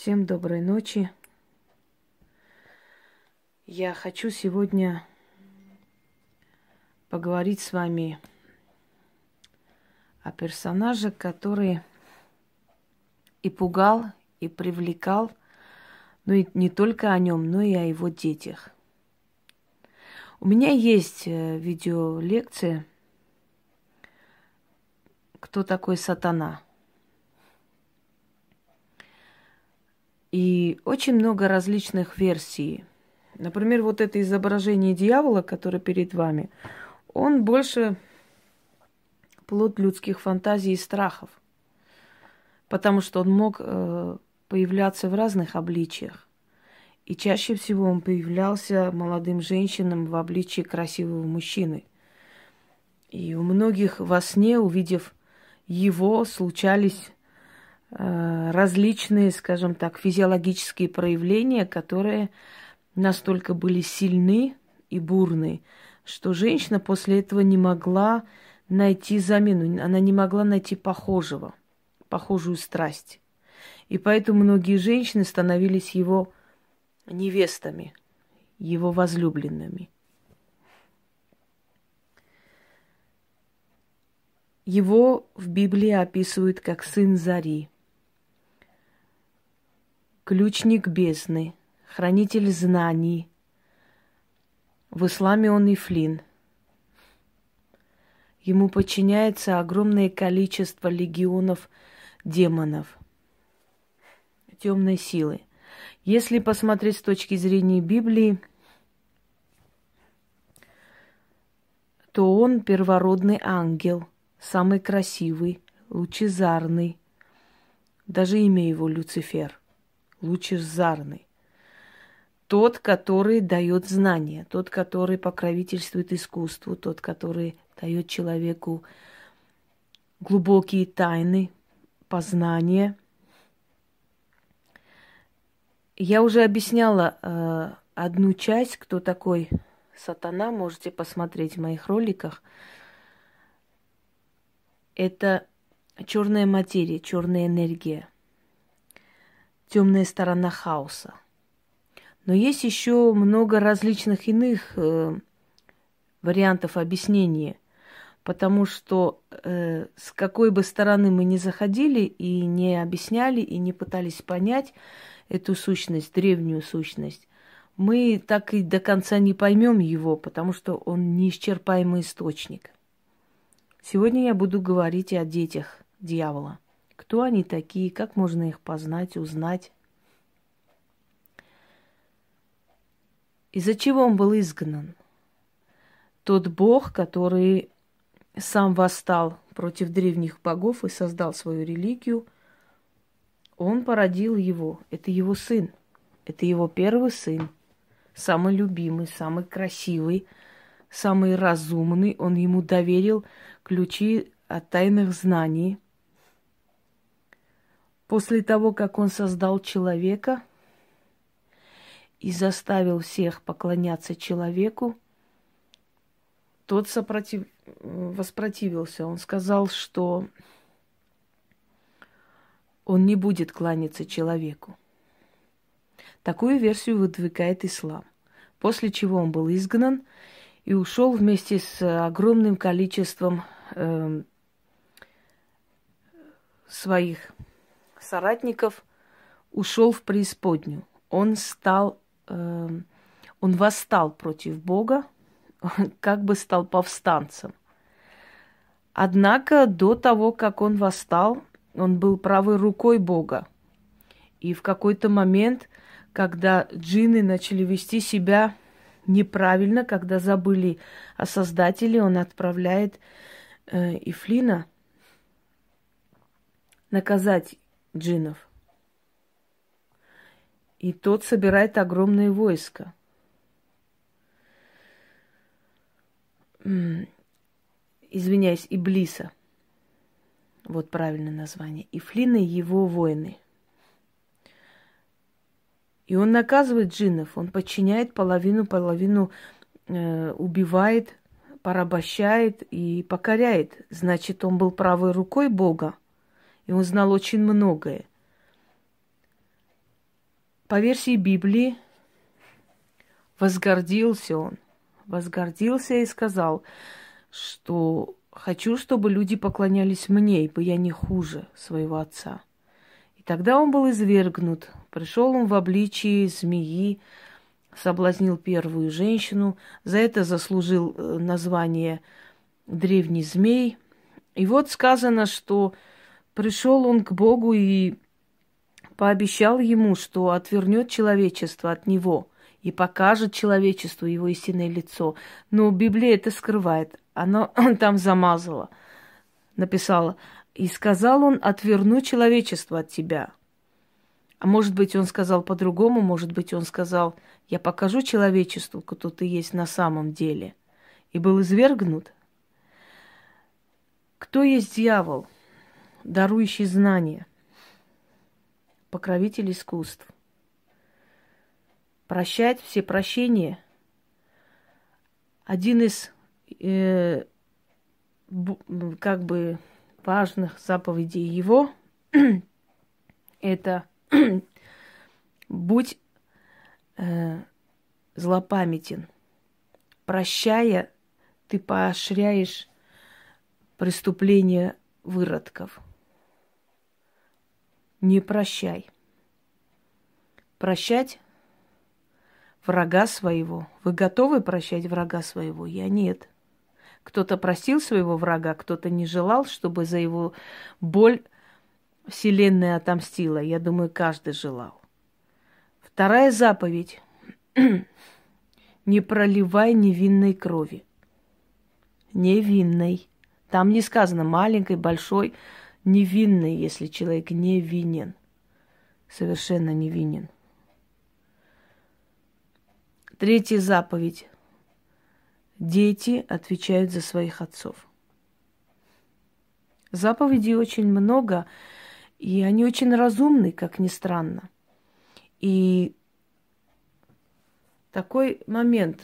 Всем доброй ночи. Я хочу сегодня поговорить с вами о персонаже, который и пугал, и привлекал, но и не только о нем, но и о его детях. У меня есть видеолекция «Кто такой сатана?». И очень много различных версий. Например, вот это изображение дьявола, которое перед вами, он больше плод людских фантазий и страхов, потому что он мог появляться в разных обличиях. И чаще всего он появлялся молодым женщинам в обличии красивого мужчины. И у многих во сне, увидев его, случались различные, скажем так, физиологические проявления, которые настолько были сильны и бурны, что женщина после этого не могла найти замену, она не могла найти похожую страсть. И поэтому многие женщины становились его невестами, его возлюбленными. Его в Библии описывают как сын зари, ключник бездны, хранитель знаний. В исламе он Ифлин. Ему подчиняется огромное количество легионов демонов, темной силы. Если посмотреть с точки зрения Библии, то он первородный ангел, самый красивый, лучезарный. Даже имя его Люцифер, лучезарный. Тот, который дает знания, тот, который покровительствует искусству, тот, который дает человеку глубокие тайны, познания. Я уже объясняла одну часть, кто такой сатана, можете посмотреть в моих роликах. Это черная материя, черная энергия, темная сторона хаоса. Но есть еще много различных иных вариантов объяснения, потому что с какой бы стороны мы ни заходили и не объясняли, и не пытались понять эту сущность, древнюю сущность, мы так и до конца не поймем его, потому что он неисчерпаемый источник. Сегодня я буду говорить и о детях дьявола. Кто они такие, как можно их познать, узнать. Из-за чего он был изгнан? Тот бог, который сам восстал против древних богов и создал свою религию, он породил его. Это его сын. Это его первый сын. Самый любимый, самый красивый, самый разумный. Он ему доверил ключи от тайных знаний. После того, как он создал человека и заставил всех поклоняться человеку, тот воспротивился. Он сказал, что он не будет кланяться человеку. Такую версию выдвигает ислам. После чего он был изгнан и ушел вместе с огромным количеством своих соратников, ушел в преисподнюю. Он восстал против Бога, как бы стал повстанцем. Однако до того, как он восстал, он был правой рукой Бога. И в какой-то момент, когда джинны начали вести себя неправильно, когда забыли о Создателе, он отправляет Ифлина наказать джиннов. И тот собирает огромное войско. Извиняюсь, Иблиса. Вот правильное название. Ифлин и его воины. И он наказывает джиннов. Он подчиняет половину убивает, порабощает и покоряет. Значит, он был правой рукой Бога. И он знал очень многое. по версии Библии, возгордился он. Возгордился и сказал, что хочу, чтобы люди поклонялись мне, ибо я не хуже своего отца. И тогда он был извергнут. Пришел он в обличии змеи, соблазнил первую женщину. За это заслужил название древний змей. И вот сказано, что пришел он к Богу и пообещал ему, что отвернет человечество от него и покажет человечеству его истинное лицо. Но Библия это скрывает. Она там замазала, написала. И сказал он, отверну человечество от тебя. А может быть, он сказал по-другому, может быть, он сказал, я покажу человечеству, кто ты есть на самом деле. И был извергнут. Кто есть дьявол, дарующий знания, покровитель искусств? Прощать все прощения. Один из важных заповедей его это будь злопамятен. Прощая, ты поощряешь преступления выродков. Не прощай. Прощать врага своего. Вы готовы прощать врага своего? Я нет. Кто-то простил своего врага, кто-то не желал, чтобы за его боль Вселенная отомстила. Я думаю, каждый желал. Вторая заповедь. Не проливай невинной крови. Невинной. Там не сказано маленькой, большой. Невинной, если человек невинен. Совершенно невинен. Третья заповедь. Дети отвечают за своих отцов. Заповедей очень много, и они очень разумны, как ни странно. И такой момент.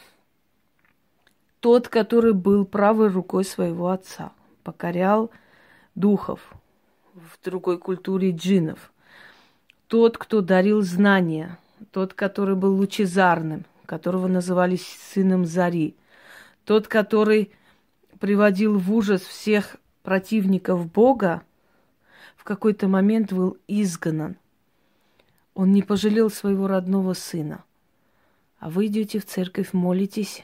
Тот, который был правой рукой своего отца, покорял духов в другой культуре джиннов. Тот, кто дарил знания, тот, который был лучезарным, которого называли сыном зари, тот, который приводил в ужас всех противников Бога, в какой-то момент был изгнан. Он не пожалел своего родного сына. А вы идете в церковь, молитесь,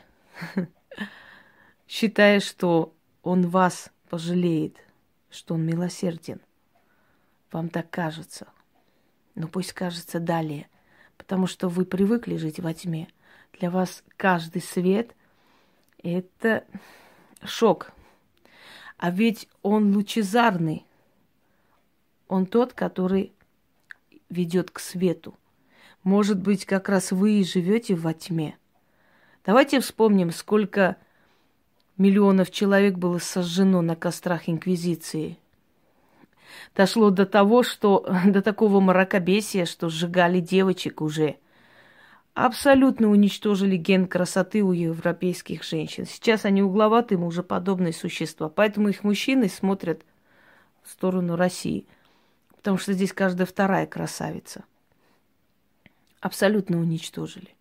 считая, что он вас пожалеет, что он милосерден. Вам так кажется. Но пусть кажется далее, потому что вы привыкли жить во тьме. Для вас каждый свет – это шок. А ведь он лучезарный. Он тот, который ведет к свету. Может быть, как раз вы и живете во тьме. Давайте вспомним, сколько миллионов человек было сожжено на кострах Инквизиции. Дошло до того, что до такого мракобесия, что сжигали девочек уже. Абсолютно уничтожили ген красоты у европейских женщин. Сейчас они угловатые, мужеподобные существа. Поэтому их мужчины смотрят в сторону России. Потому что здесь каждая вторая красавица. Абсолютно уничтожили.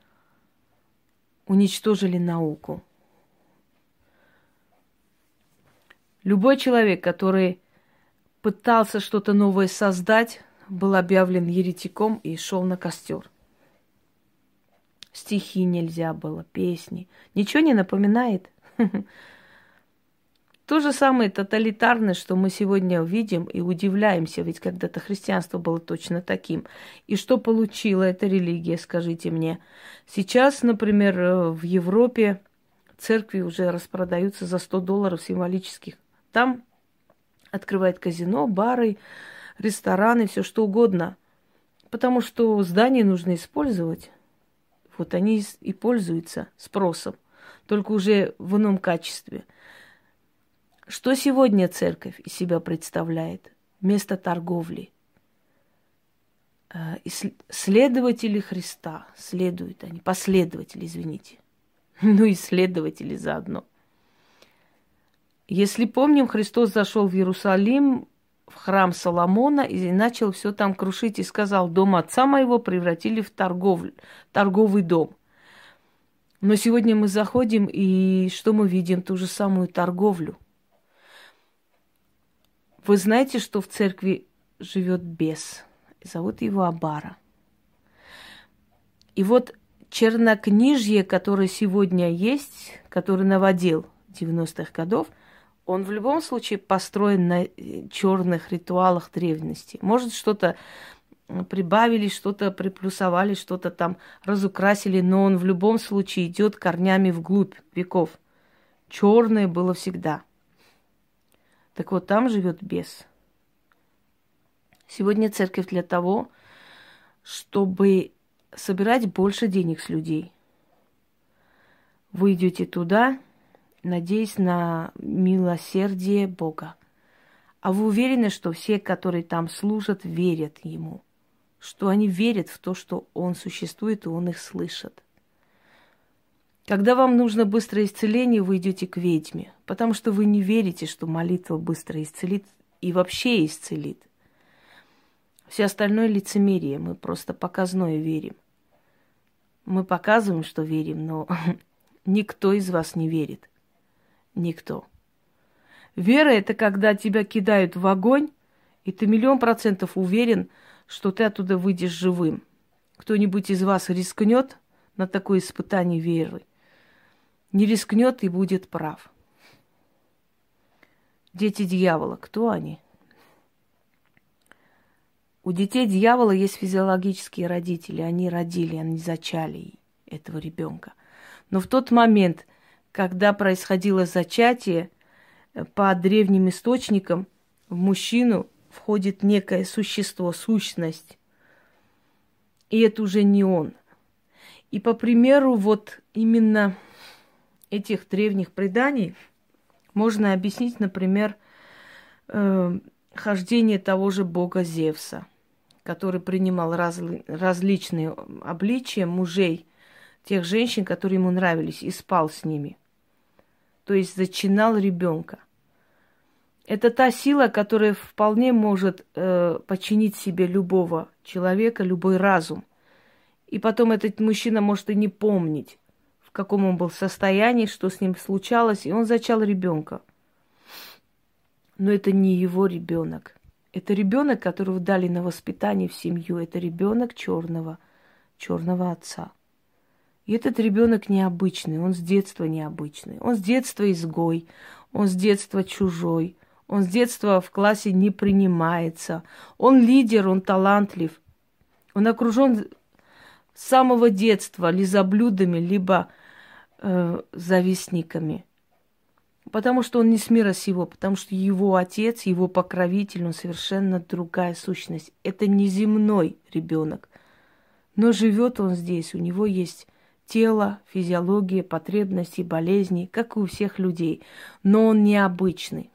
Уничтожили науку. Любой человек, который пытался что-то новое создать, был объявлен еретиком и шел на костер. Стихи нельзя было, песни. Ничего не напоминает? То же самое тоталитарное, что мы сегодня видим и удивляемся, ведь когда-то христианство было точно таким. И что получила эта религия, скажите мне? Сейчас, например, в Европе церкви уже распродаются за $100 символических. Там открывают казино, бары, рестораны, все что угодно. Потому что здания нужно использовать. Вот они и пользуются спросом, только уже в ином качестве. Что сегодня церковь из себя представляет? Место торговли. Следователи Христа. Следуют они. Последователи, извините. Ну и следователи заодно. Если помним, Христос зашел в Иерусалим в храм Соломона и начал все там крушить и сказал: дом отца моего превратили в торговый дом. Но сегодня мы заходим, и что мы видим? Ту же самую торговлю. Вы знаете, что в церкви живет бес? Зовут его Абара. И вот чернокнижье, которое сегодня есть, который наводил 90-х годов, он в любом случае построен на черных ритуалах древности. Может, что-то прибавили, что-то приплюсовали, что-то там разукрасили, но он в любом случае идет корнями вглубь веков. Черное было всегда. Так вот, там живет бес. Сегодня церковь для того, чтобы собирать больше денег с людей. Вы идете туда, надеясь на милосердие Бога. А вы уверены, что все, которые там служат, верят Ему? Что они верят в то, что Он существует, и Он их слышит? Когда вам нужно быстрое исцеление, вы идете к ведьме, потому что вы не верите, что молитва быстро исцелит и вообще исцелит. Все остальное лицемерие, мы просто показное верим. Мы показываем, что верим, но никто из вас не верит. Никто. Вера – это когда тебя кидают в огонь, и ты 1000000% уверен, что ты оттуда выйдешь живым. Кто-нибудь из вас рискнет на такое испытание веры? Не рискнет и будет прав. Дети дьявола, кто они? У детей дьявола есть физиологические родители. Они родили, они зачали этого ребенка. Но в тот момент, когда происходило зачатие, по древним источникам в мужчину входит некое существо, сущность. И это уже не он. И по примеру вот именно этих древних преданий можно объяснить, например, хождение того же бога Зевса, который принимал различные обличия мужей, тех женщин, которые ему нравились, и спал с ними. То есть зачинал ребенка. Это та сила, которая вполне может подчинить себе любого человека, любой разум. И потом этот мужчина может и не помнить, в каком он был состоянии, что с ним случалось, и он зачал ребенка. Но это не его ребенок. Это ребенок, которого дали на воспитание в семью. Это ребенок черного отца. И этот ребенок необычный, он с детства необычный. Он с детства изгой, он с детства чужой, он с детства в классе не принимается. Он лидер, он талантлив. Он окружен с самого детства лизоблюдами, либо завистниками. Потому что он не с мира сего, потому что его отец, его покровитель, он совершенно другая сущность. Это не земной ребенок. Но живет он здесь, у него есть тело, физиология, потребности, болезни, как и у всех людей. Но он необычный.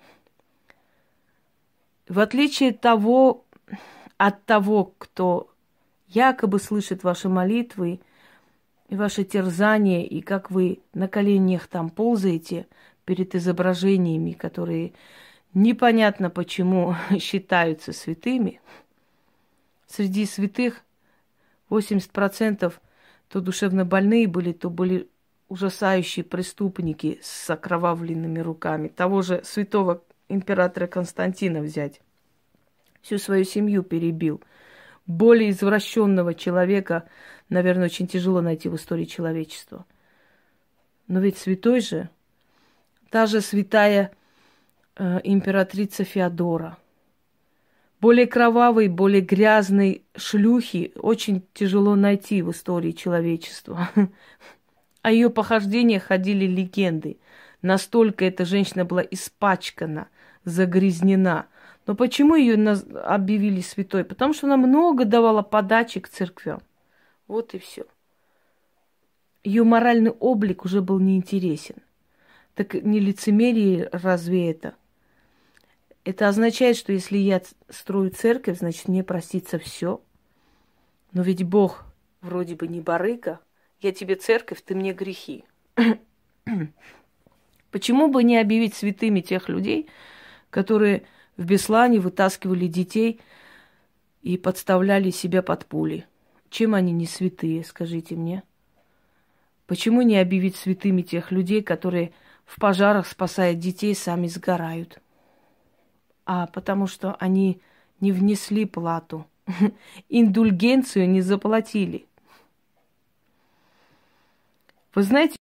В отличие от того, кто якобы слышит ваши молитвы и ваши терзания, и как вы на коленях там ползаете перед изображениями, которые непонятно почему считаются святыми. Среди святых 80% то душевно больные были, то были ужасающие преступники с окровавленными руками. Того же святого императора Константина взять. Всю свою семью перебил. Более извращенного человека, наверное, очень тяжело найти в истории человечества. Но ведь святой же, та же святая императрица Феодора. Более кровавой, более грязной шлюхи очень тяжело найти в истории человечества. О ее похождениях ходили легенды. Настолько эта женщина была испачкана, загрязнена. Но почему ее объявили святой? Потому что она много давала подачи к церквям. Вот и все. Ее моральный облик уже был неинтересен. Так не лицемерие разве это? Это означает, что если я строю церковь, значит, мне простится все. Но ведь Бог вроде бы не барыга. Я тебе церковь, ты мне грехи. Почему бы не объявить святыми тех людей, которые в Беслане вытаскивали детей и подставляли себя под пули. Чем они не святые, скажите мне? Почему не объявить святыми тех людей, которые в пожарах, спасая детей, сами сгорают? А потому что они не внесли плату, индульгенцию не заплатили. Вы знаете,